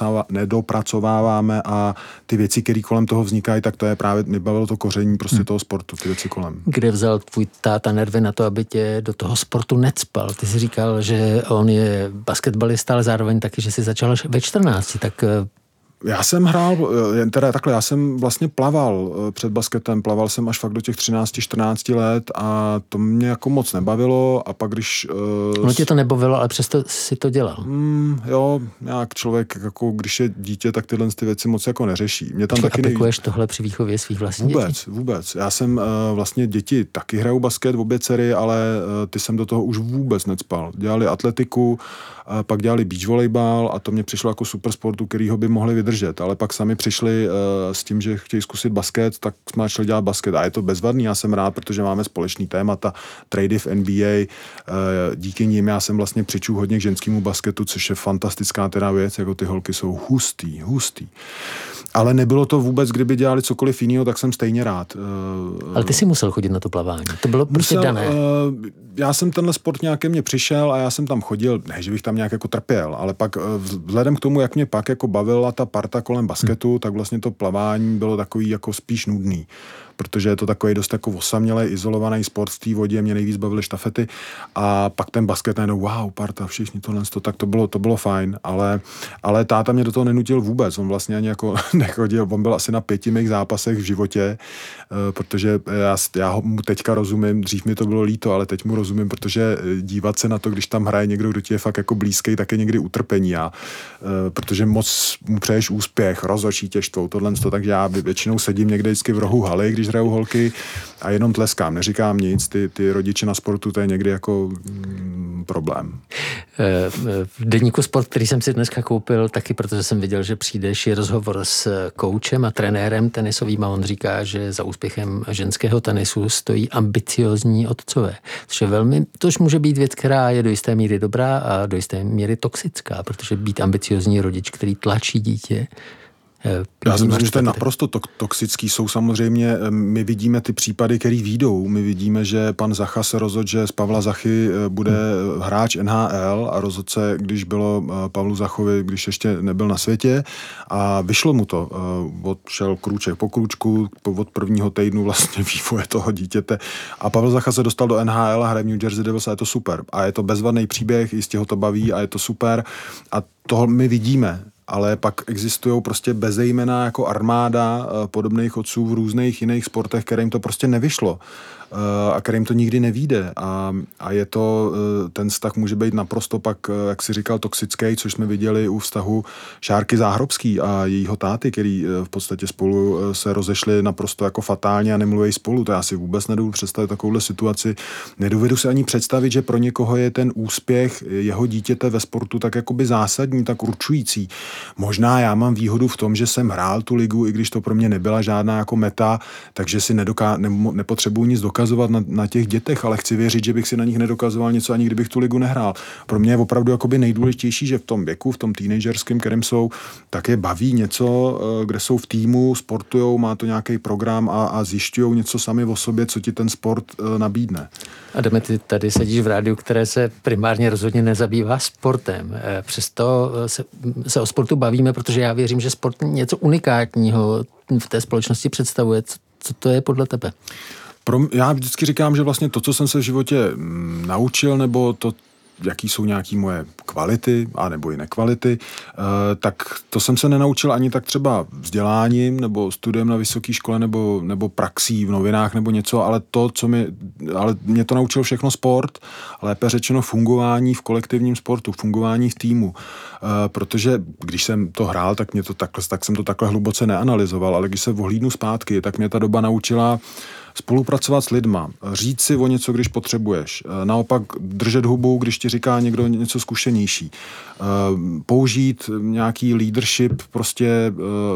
nedopracováváme a ty věci, které kolem toho vznikají, tak to je právě, mi bavilo to koření prostě toho sportu, ty věci kolem. Kde vzal tvůj táta nervy na to, aby tě do toho sportu necpal? Ty jsi říkal, že on je basketbalista, ale zároveň taky, že jsi začal ve 14, tak... Já jsem hrál, já jsem vlastně plaval před basketem, plaval jsem až fakt do těch 13-14 let a to mě jako moc nebavilo a pak když... Ono tě to nebavilo, ale přesto si to dělal. Jo, nějak člověk, jako když je dítě, tak tyhle ty věci moc jako neřeší. Mě tam taky aplikuješ tohle při výchově svých vlastních dětí? Vůbec. Já jsem vlastně děti taky hrajou basket, obě dcery, ale ty jsem do toho už vůbec necpal. Dělali atletiku, pak dělali beach volejbal a to mě přišlo jako super sportu, kterýho by mohli vydržet, ale pak sami přišli s tím, že chtějí zkusit basket, tak jsme začali dělat basket a je to bezvadný, já jsem rád, protože máme společný témata, trady v NBA, díky nim já jsem vlastně přičul hodně k ženskému basketu, což je fantastická teda věc, jako ty holky jsou hustý. Ale nebylo to vůbec, kdyby dělali cokoliv jiného, tak jsem stejně rád. Ale ty jsi musel chodit na to plavání, to bylo prostě dané. Já jsem tenhle sport nějaké mě přišel a já jsem tam chodil, ne, že bych tam nějak jako trpěl, ale pak vzhledem k tomu, jak mě pak jako bavila ta parta kolem basketu, tak vlastně to plavání bylo takový jako spíš nudný, protože je to takový dost jako osamělej, izolovaný sport v té vodě, mě nejvíc bavily štafety a pak ten basket najednou, wow, parta, všichni tohle, tak to bylo fajn, ale táta mě do toho nenutil vůbec, on vlastně ani jako nechodil, on byl asi na 5 mých zápasech v životě, protože já ho mu teďka rozumím, dřív mi to bylo líto, ale teď mu rozumím, protože dívat se na to, když tam hraje někdo, kdo ti je fakt jako blízký, tak je někdy utrpení, protože moc mu přeješ úspěch, rozhočí tě štvou, takže já většinou sedím někde vždycky v rohu haly, když když hrajou holky a jenom tleskám, neříkám nic, ty rodiče na sportu, to je někdy jako problém. V deníku Sport, který jsem si dneska koupil, taky protože jsem viděl, že přijdeš, je rozhovor s koučem a trenérem tenisovým a on říká, že za úspěchem ženského tenisu stojí ambiciozní otcové. Tož může být věc, která je do jisté míry dobrá a do jisté míry toxická, protože být ambiciozní rodič, který tlačí dítě. Já si myslím, že to je naprosto toxický. Jsou samozřejmě, my vidíme ty případy, který výjdou. My vidíme, že pan Zacha se rozhodl, že z Pavla Zachy bude hráč NHL a rozhodl se, když bylo Pavlu Zachovi, když ještě nebyl na světě a vyšlo mu to. Odšel krůček po krůčku, od prvního týdnu vlastně vývoje toho dítěte a Pavel Zacha se dostal do NHL a hraje v New Jersey Devils a je to super. A je to bezvadný příběh, jistě ho to baví a je to super a toho my vidíme. Ale pak existují prostě bezejmenná jako armáda podobných otců v různých jiných sportech, kterým to prostě nevyšlo a kterým to nikdy nevyjde. A je to, ten vztah může být naprosto pak, jak si říkal, toxický, což jsme viděli u vztahu Šárky Záhrobský a jejího táty, který v podstatě spolu se rozešli naprosto jako fatálně a nemluví spolu. To já si vůbec nedovedu představit takovouhle situaci. Nedovedu si ani představit, že pro někoho je ten úspěch jeho dítěte ve sportu tak jakoby zásadní, tak určující. Možná já mám výhodu v tom, že jsem hrál tu ligu, i když to pro mě nebyla žádná jako meta, takže si nepotřebuji nic dokazovat na těch dětech, ale chci věřit, že bych si na nich nedokazoval něco, ani kdybych tu ligu nehrál. Pro mě je opravdu jakoby nejdůležitější, že v tom věku, v tom teenagerském, kterým jsou, tak je baví něco, kde jsou v týmu, sportujou, má to nějaký program a zjišťujou něco sami o sobě, co ti ten sport nabídne. Adame, ty tady sedíš v rádiu, které se primárně rozhodně nezabývá sportem. Přesto se o sportu bavíme, protože já věřím, že sport něco unikátního v té společnosti představuje. Co to je podle tebe? Já vždycky říkám, že vlastně to, co jsem se v životě naučil, nebo to, jaký jsou nějaký moje kvality, a nebo i nekvality, tak to jsem se nenaučil ani tak třeba vzděláním, nebo studiem na vysoké škole, nebo praxí v novinách, nebo něco, ale mě to naučil všechno sport, lépe řečeno fungování v kolektivním sportu, fungování v týmu. Protože když jsem to hrál, tak jsem to takhle hluboce neanalyzoval, ale když se ohlídnu zpátky, tak mě ta doba naučila spolupracovat s lidma, říct si o něco, když potřebuješ, naopak držet hubu, když ti říká někdo něco zkušenější, použít nějaký leadership, prostě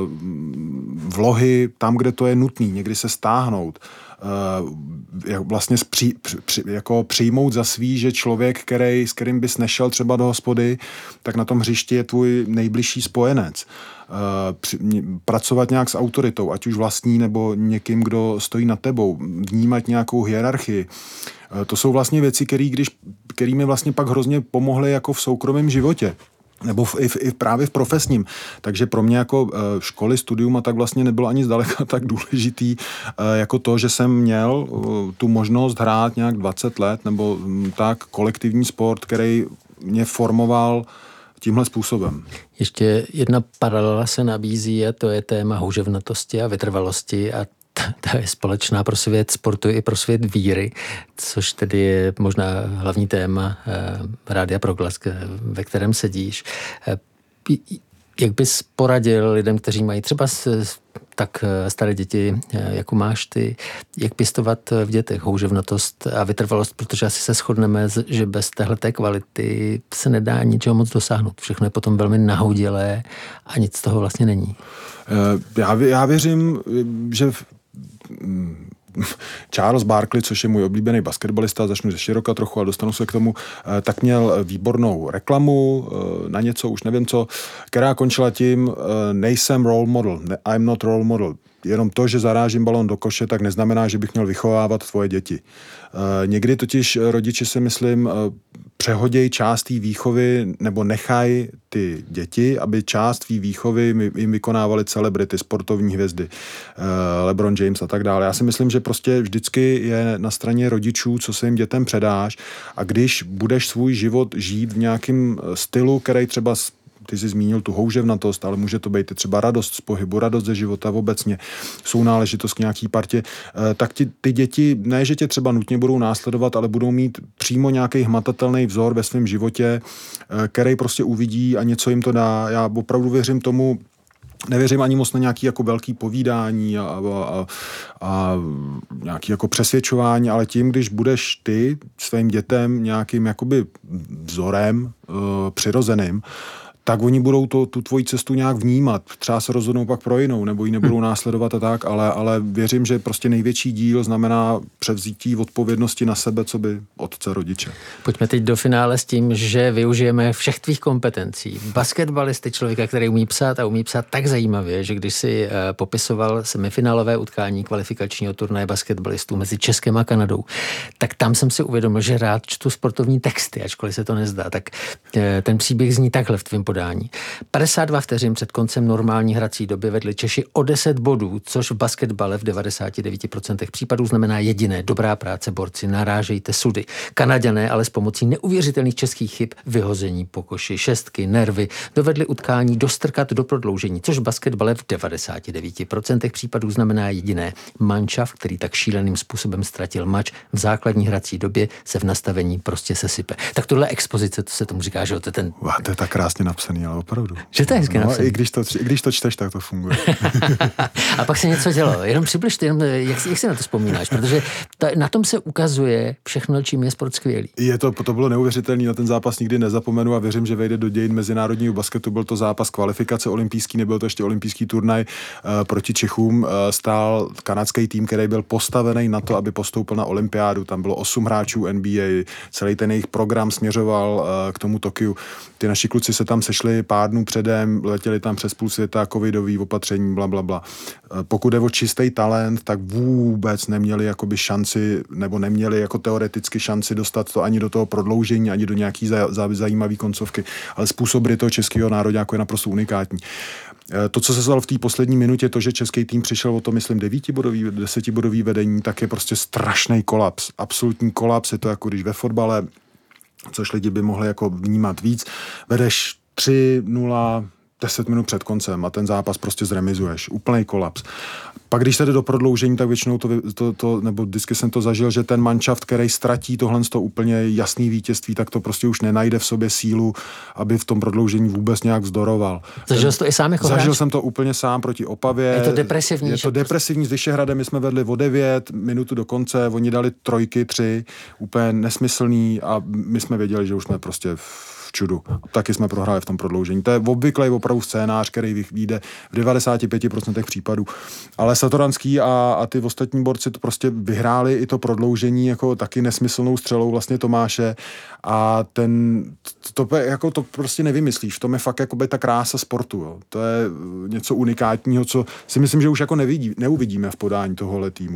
vlohy tam, kde to je nutný, někdy se stáhnout, vlastně jako přijmout za svý, že člověk, s kterým bys nešel třeba do hospody, tak na tom hřišti je tvůj nejbližší spojenec. Pracovat nějak s autoritou, ať už vlastní nebo někým, kdo stojí nad tebou, vnímat nějakou hierarchii. To jsou vlastně věci, které mi vlastně pak hrozně pomohly jako v soukromém životě. Nebo i právě v profesním. Takže pro mě jako školy, studium a tak vlastně nebylo ani zdaleka tak důležitý jako to, že jsem měl tu možnost hrát nějak 20 let nebo tak kolektivní sport, který mě formoval tímhle způsobem. Ještě jedna paralela se nabízí a to je téma houževnatosti a vytrvalosti a ta je společná pro svět sportu i pro svět víry, což tedy je možná hlavní téma Rádia Proglas, ve kterém sedíš. Jak bys poradil lidem, kteří mají třeba tak staré děti, jako máš ty, jak pěstovat v dětech houževnatost a vytrvalost, protože asi se shodneme, že bez téhleté kvality se nedá ničeho moc dosáhnout. Všechno je potom velmi nahodilé a nic z toho vlastně není. Já věřím, že Charles Barkley, což je můj oblíbený basketbalista, začnu ze široka trochu a dostanu se k tomu, tak měl výbornou reklamu na něco, už nevím co, která končila tím, nejsem role model, I'm not role model. Jenom to, že zarážím balón do koše, tak neznamená, že bych měl vychovávat tvoje děti. Někdy totiž rodiče si myslím přehodějí část té výchovy nebo nechají ty děti, aby část tvý výchovy jim vykonávaly celebrity, sportovní hvězdy, LeBron James a tak dále. Já si myslím, že prostě vždycky je na straně rodičů, co se jim dětem předáš a když budeš svůj život žít v nějakém stylu, který třeba ty jsi zmínil tu houževnatost, ale může to být třeba radost z pohybu, radost ze života obecně, sounáležitost k nějaký partě, tak ty děti, ne, že tě třeba nutně budou následovat, ale budou mít přímo nějaký hmatatelný vzor ve svém životě, který prostě uvidí a něco jim to dá. Já opravdu věřím tomu, nevěřím ani moc na nějaký jako velký povídání a nějaký jako přesvědčování, ale tím, když budeš ty svým dětem nějakým jakoby vzorem přirozeným, tak oni budou tu tvoji cestu nějak vnímat. Třeba se rozhodnou pak pro jinou, nebo ji nebudou následovat a tak, ale věřím, že prostě největší díl znamená převzítí odpovědnosti na sebe, co by otce, rodiče. Pojďme teď do finále s tím, že využijeme všech tvých kompetencí. Basketbalisty, člověka, který umí psát a umí psát tak zajímavě, že když si popisoval semifinálové utkání kvalifikačního turnaje basketbalistů mezi Českem a Kanadou, tak tam jsem si uvědomil, že rád čtu sportovní texty, ačkoliv se to nezdá. Tak ten příběh zní takhle v tvém podání. 52 vteřin před koncem normální hrací doby vedli Češi o 10 bodů, což v basketbale v 99% případů znamená jediné: dobrá práce, borci, narážejte sudy. Kanaďané ale s pomocí neuvěřitelných českých chyb, vyhození po koši, šestky, nervy, dovedli utkání dostrkat do prodloužení, což v basketbale v 99% případů znamená jediné: manšaft, který tak šíleným způsobem ztratil mač v základní hrací době, se v nastavení prostě sesype. Tak tohle expozice, to se tomu říká, že to ten... To je tak krásně napsaný, ale opravdu. Že to je hezky napsaný. I když to čteš, tak to funguje. A pak se něco dělo. Jenom přibližte, jak si na to vzpomínáš, protože na tom se ukazuje všechno, čím je sport skvělý. To bylo neuvěřitelné, na ten zápas nikdy nezapomenu a věřím, že vejde do dějin mezinárodního basketu. Byl to zápas kvalifikace olympijský, nebyl to ještě olympijský turnaj proti Čechům. Stál kanadský tým, který byl postavený na to, aby postoupil na olympiádu. Tam bylo 8 hráčů NBA, celý ten jejich program směřoval k tomu Tokiu. Ty naši kluci se tam sešli pár dnů předem, letěli tam přes půl světa, covidový opatření, blablabla. Pokud je o čistý talent, tak vůbec neměli jakoby šanci, nebo neměli jako teoreticky šanci dostat to ani do toho prodloužení, ani do nějaký zajímavý koncovky. Ale způsob hry toho českého nároďáku je naprosto unikátní. To, co se stalo v té poslední minutě, to, že český tým přišel o to, myslím, 10bodový vedení, tak je prostě strašný kolaps. Absolutní kolaps, je to jako když ve fotbale, což lidi by mohli jako vnímat víc, vedeš 3-0, 10 minut před koncem a ten zápas prostě zremizuješ. Úplnej kolaps. Pak když se jde do prodloužení, tak většinou nebo vždycky jsem to zažil, že ten manšaft, který ztratí tohle úplně jasný vítězství, tak to prostě už nenajde v sobě sílu, aby v tom prodloužení vůbec nějak vzdoroval. Zažil jsi to i sám jako hráč? Zažil jsem to úplně sám proti Opavě. Je to depresivní? Je to depresivní. S Vyšehradem my jsme vedli o 9 minutu do konce, oni dali 3, úplně nesmyslný a my jsme věděli, že už jsme prostě v čudu. Taky jsme prohráli v tom prodloužení. To je obvyklý opravdu scénář, který vyjde v 95% případů. Ale Satoranský a ty ostatní borci to prostě vyhráli i to prodloužení jako taky nesmyslnou střelou vlastně Tomáše a to prostě nevymyslíš. V tom je fakt jakoby ta krása sportu. Jo. To je něco unikátního, co si myslím, že už jako neuvidíme v podání tohohle týmu.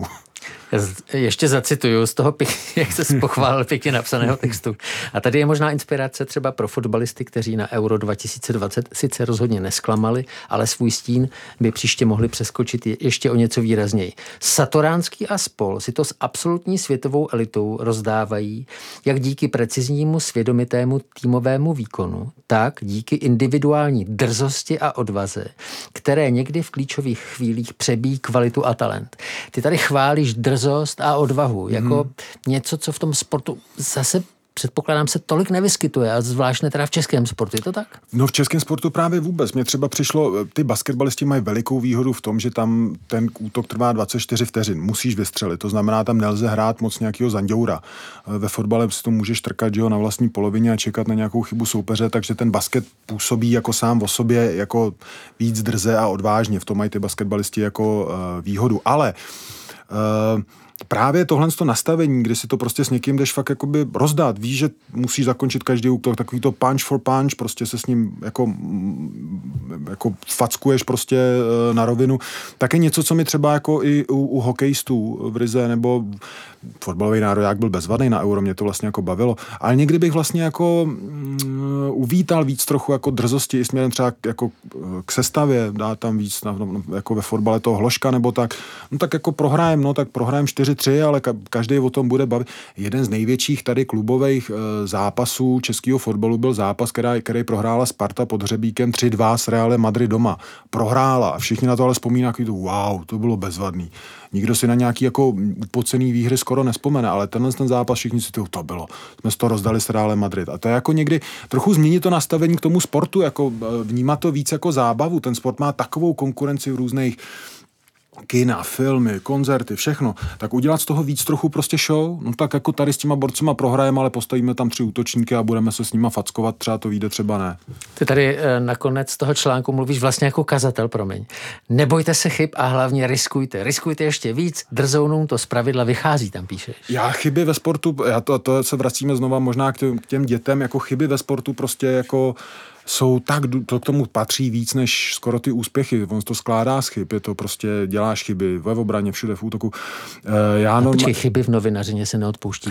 Ještě zacituju z toho, jak se pochválil pěkně napsaného textu. A tady je možná inspirace třeba pro fotbalisty, kteří na Euro 2020 sice rozhodně nesklamali, ale svůj stín by příště mohli přeskočit ještě o něco výrazněji. Satoránský a spol si to s absolutní světovou elitou rozdávají jak díky preciznímu, svědomitému týmovému výkonu, tak díky individuální drzosti a odvaze, které někdy v klíčových chvílích přebíjí kvalitu a talent. Ty tady chválíš drzost a odvahu, jako něco, co v tom sportu zase předpokládám se tolik nevyskytuje, a zvláštně teda v českém sportu, je to tak? No v českém sportu právě vůbec. Mně třeba přišlo, ty basketbalisti mají velikou výhodu v tom, že tam ten útok trvá 24 vteřin. Musíš vystřelit, to znamená, tam nelze hrát moc nějakého zanděura. Ve fotbale si to můžeš trkat, že jo, na vlastní polovině a čekat na nějakou chybu soupeře, takže ten basket působí jako sám o sobě jako víc drze a odvážně. V tom mají ty basketbalisti jako výhodu. Ale právě tohle nastavení, kdy si to prostě s někým jdeš fakt jakoby rozdát, víš, že musíš zakončit každý útok, takový to punch for punch, prostě se s ním jako fackuješ prostě na rovinu, tak je něco, co mi třeba jako i u hokejistů v Rize nebo fotbalový nároďák byl bezvadný na Euro, mě to vlastně jako bavilo, ale někdy bych vlastně jako uvítal víc trochu jako drzosti i směrem třeba jako k sestavě, dá tam víc jako ve fotbale toho Hloška nebo tak, no tak jako prohrajem 4-3, ale každý o tom bude bavit. Jeden z největších tady klubových zápasů českého fotbalu byl zápas, který prohrála Sparta pod Hřebíkem 3-2 s Realem Madrid doma. Prohrála a všichni na to ale vzpomínají, wow, to bylo bezvadný. Nikdo si na nějaký jako upocený výhry skoro nespomene, ale ten zápas všichni si to bylo. Jsme to rozdali s Realem Madrid. A to je jako někdy trochu změnit to nastavení k tomu sportu, jako vnímat to víc jako zábavu. Ten sport má takovou konkurenci v různých kina, filmy, koncerty, všechno, tak udělat z toho víc trochu prostě show, no tak jako tady s těma borcema prohrajeme, ale postavíme tam 3 útočníky a budeme se s nima fackovat, třeba to vyjde, třeba ne. Ty tady nakonec toho článku mluvíš vlastně jako kazatel, promiň. Nebojte se chyb a hlavně riskujte ještě víc, drzounům to zpravidla vychází, tam píšeš. Já chyby ve sportu, to se vracíme znova možná k těm dětem, jako chyby ve sportu prostě jako jsou tak, to k tomu patří víc než skoro ty úspěchy. On to skládá z chyb, je to prostě, děláš chyby ve obraně, všude v útoku. Počkej, chyby v novinařině se neodpouští.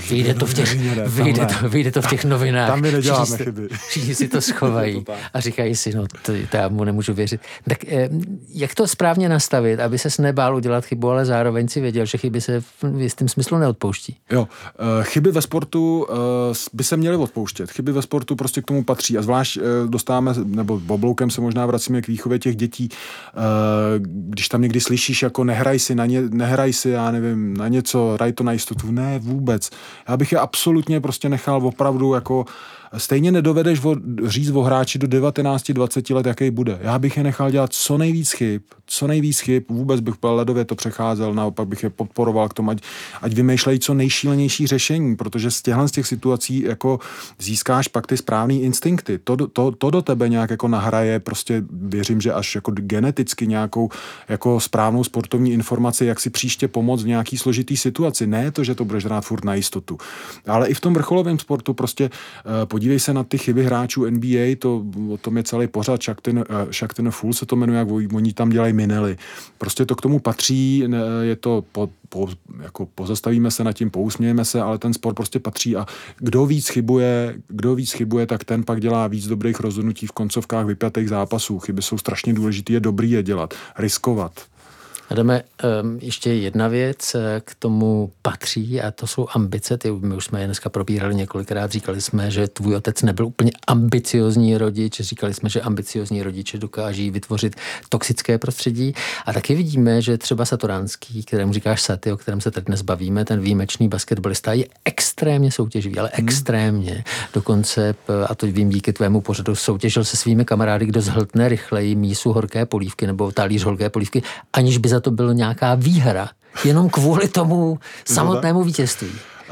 Vyjde to v těch novinách. Tam my neděláme chyby. Všichni si to schovají a říkají si, no to já mu nemůžu věřit. Tak jak to správně nastavit, aby ses nebál udělat chybu, ale zároveň si věděl, že chyby se v jistém smyslu neodpouští? Jo, chyby ve sportu by se měly odpouštět. Chyby ve sportu prostě k tomu patří a zvlášť dostáváme, nebo obloukem se možná vracíme k výchově těch dětí. Když tam někdy slyšíš, jako nehraj si, já nevím, na něco, hraj to na jistotu. Ne, vůbec. Já bych je absolutně prostě nechal opravdu jako stejně nedovedeš říct o hráči do 19-20 let, jaký bude. Já bych je nechal dělat co nejvíc chyb, vůbec bych ledově to přecházel, naopak bych je podporoval k tomu, ať vymýšlejí co nejšílenější řešení, protože z těch situací jako získáš pak ty správný instinkty. To do tebe nějak jako nahraje, prostě věřím, že až jako geneticky nějakou jako správnou sportovní informaci, jak si příště pomoct v nějaký složitý situaci. Ne to, že to budeš hrát furt na jistotu. Ale i v tom vrcholovém sportu prostě podívej se na ty chyby hráčů NBA, o tom je celý pořad, Shaqtin' a Fool se to jmenuje, jak oni tam dělají minely. Prostě to k tomu patří, je to jako pozastavíme se nad tím, pousmějeme se, ale ten sport prostě patří a kdo víc chybuje, tak ten pak dělá víc dobrých rozhodnutí v koncovkách vypjatých zápasů. Chyby jsou strašně důležité, je dobrý je dělat, riskovat. Adame, ještě jedna věc k tomu patří a to jsou ambice. My už jsme je dneska probírali několikrát, říkali jsme, že tvůj otec nebyl úplně ambiciozní rodič, říkali jsme, že ambiciozní rodiče dokáží vytvořit toxické prostředí a taky vidíme, že třeba Satoránský, kterému říkáš Saty, o kterém se teď dnes bavíme, ten výjimečný basketbalista je extrémně soutěživý, ale extrémně. Dokonce, a to vím díky tvému pořadu, soutěžil se svými kamarády, kdo zhltne rychleji mísu horké polívky nebo talíř horké polívky, aniž by za to byla nějaká výhra, jenom kvůli tomu samotnému vítězství.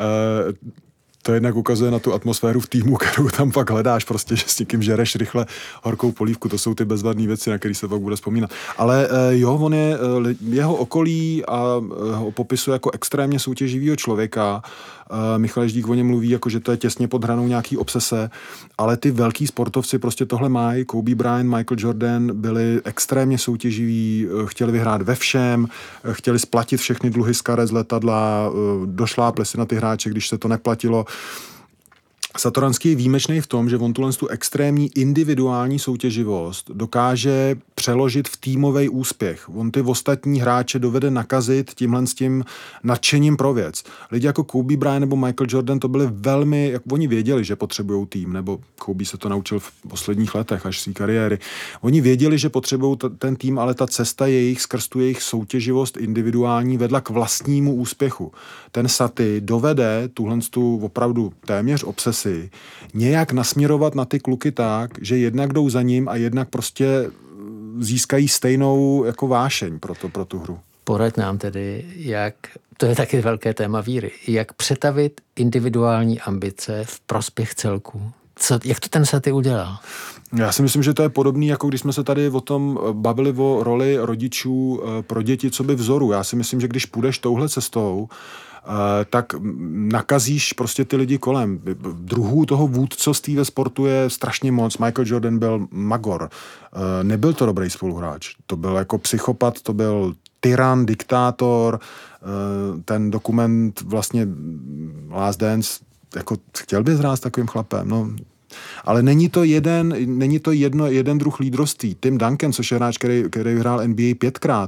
To jednak ukazuje na tu atmosféru v týmu, kterou tam pak hledáš, prostě, že s někým žereš rychle horkou polívku, to jsou ty bezvadné věci, na které se pak bude vzpomínat. Ale jo, on je, jeho okolí a ho popisuje jako extrémně soutěživýho člověka. Michal Ždík o něm mluví, jako, že to je těsně pod hranou nějaký obsese, ale ty velký sportovci prostě tohle mají. Kobe Bryant, Michael Jordan byli extrémně soutěživí, chtěli vyhrát ve všem, chtěli splatit všechny dluhy z karet z letadla, došlápli si na ty hráče, když se to neplatilo. Satoranský je výjimečný v tom, že on tu extrémní individuální soutěživost dokáže přeložit v týmový úspěch. On ty ostatní hráče dovede nakazit tímhle s tím nadšením pro věc. Lidi jako Kobe Bryant nebo Michael Jordan to byli velmi, jak oni věděli, že potřebují tým, nebo Kobe se to naučil v posledních letech až své kariéry. Oni věděli, že potřebují ten tým, ale ta cesta jejich skrz tu jejich soutěživost individuální vedla k vlastnímu úspěchu. Ten Saty dovede tu opravdu téměř obsesi nějak nasměrovat na ty kluky tak, že jednak jdou za ním a jednak prostě získají stejnou jako vášeň pro tu hru. Poraď nám tedy, to je taky velké téma víry, jak přetavit individuální ambice v prospěch celku. Jak to ten Saty udělal? Já si myslím, že to je podobný, jako když jsme se tady o tom bavili o roli rodičů pro děti, co by vzoru. Já si myslím, že když půjdeš touhle cestou, tak nakazíš prostě ty lidi kolem. Druhů toho vůdcovství ve sportu je strašně moc. Michael Jordan byl magor. Nebyl to dobrý spoluhráč. To byl jako psychopat, to byl tyran, diktátor. Ten dokument vlastně Last Dance, jako chtěl bys hrát s takovým chlapem, no. Ale není to jeden druh lídroství. Tim Duncan, což je hráč, který vyhrál NBA 5krát,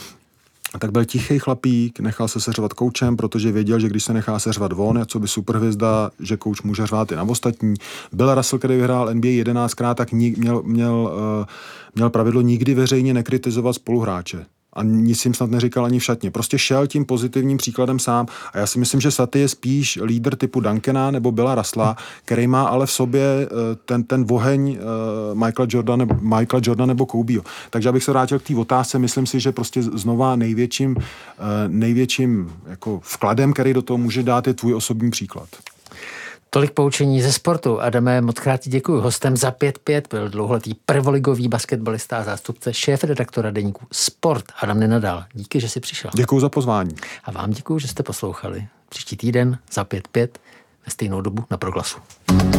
tak byl tichý chlapík, nechal se seřvat koučem, protože věděl, že když se nechá seřvat on, co by superhvězda, že kouč může řvát i na ostatní. Bill Russell, který vyhrál NBA 11krát, tak měl pravidlo nikdy veřejně nekritizovat spoluhráče. a nic jim snad neříkal ani v šatně. Prostě šel tím pozitivním příkladem sám a já si myslím, že Saty je spíš lídr typu Duncana nebo Billa Russella, který má ale v sobě ten oheň Michaela Jordana nebo Kobeho. Takže abych se vrátil k té otázce, myslím si, že prostě znova největším jako vkladem, který do toho může dát, je tvůj osobní příklad. Tolik poučení ze sportu. Adame, mockrát ti děkuji. Hostem za 5-5 byl dlouholetý prvoligový basketbalista a zástupce šéfredaktora deníku Sport Adam Nenadal. Díky, že jsi přišel. Děkuji za pozvání. A vám děkuji, že jste poslouchali. Příští týden za 5-5 ve stejnou dobu na Proglasu.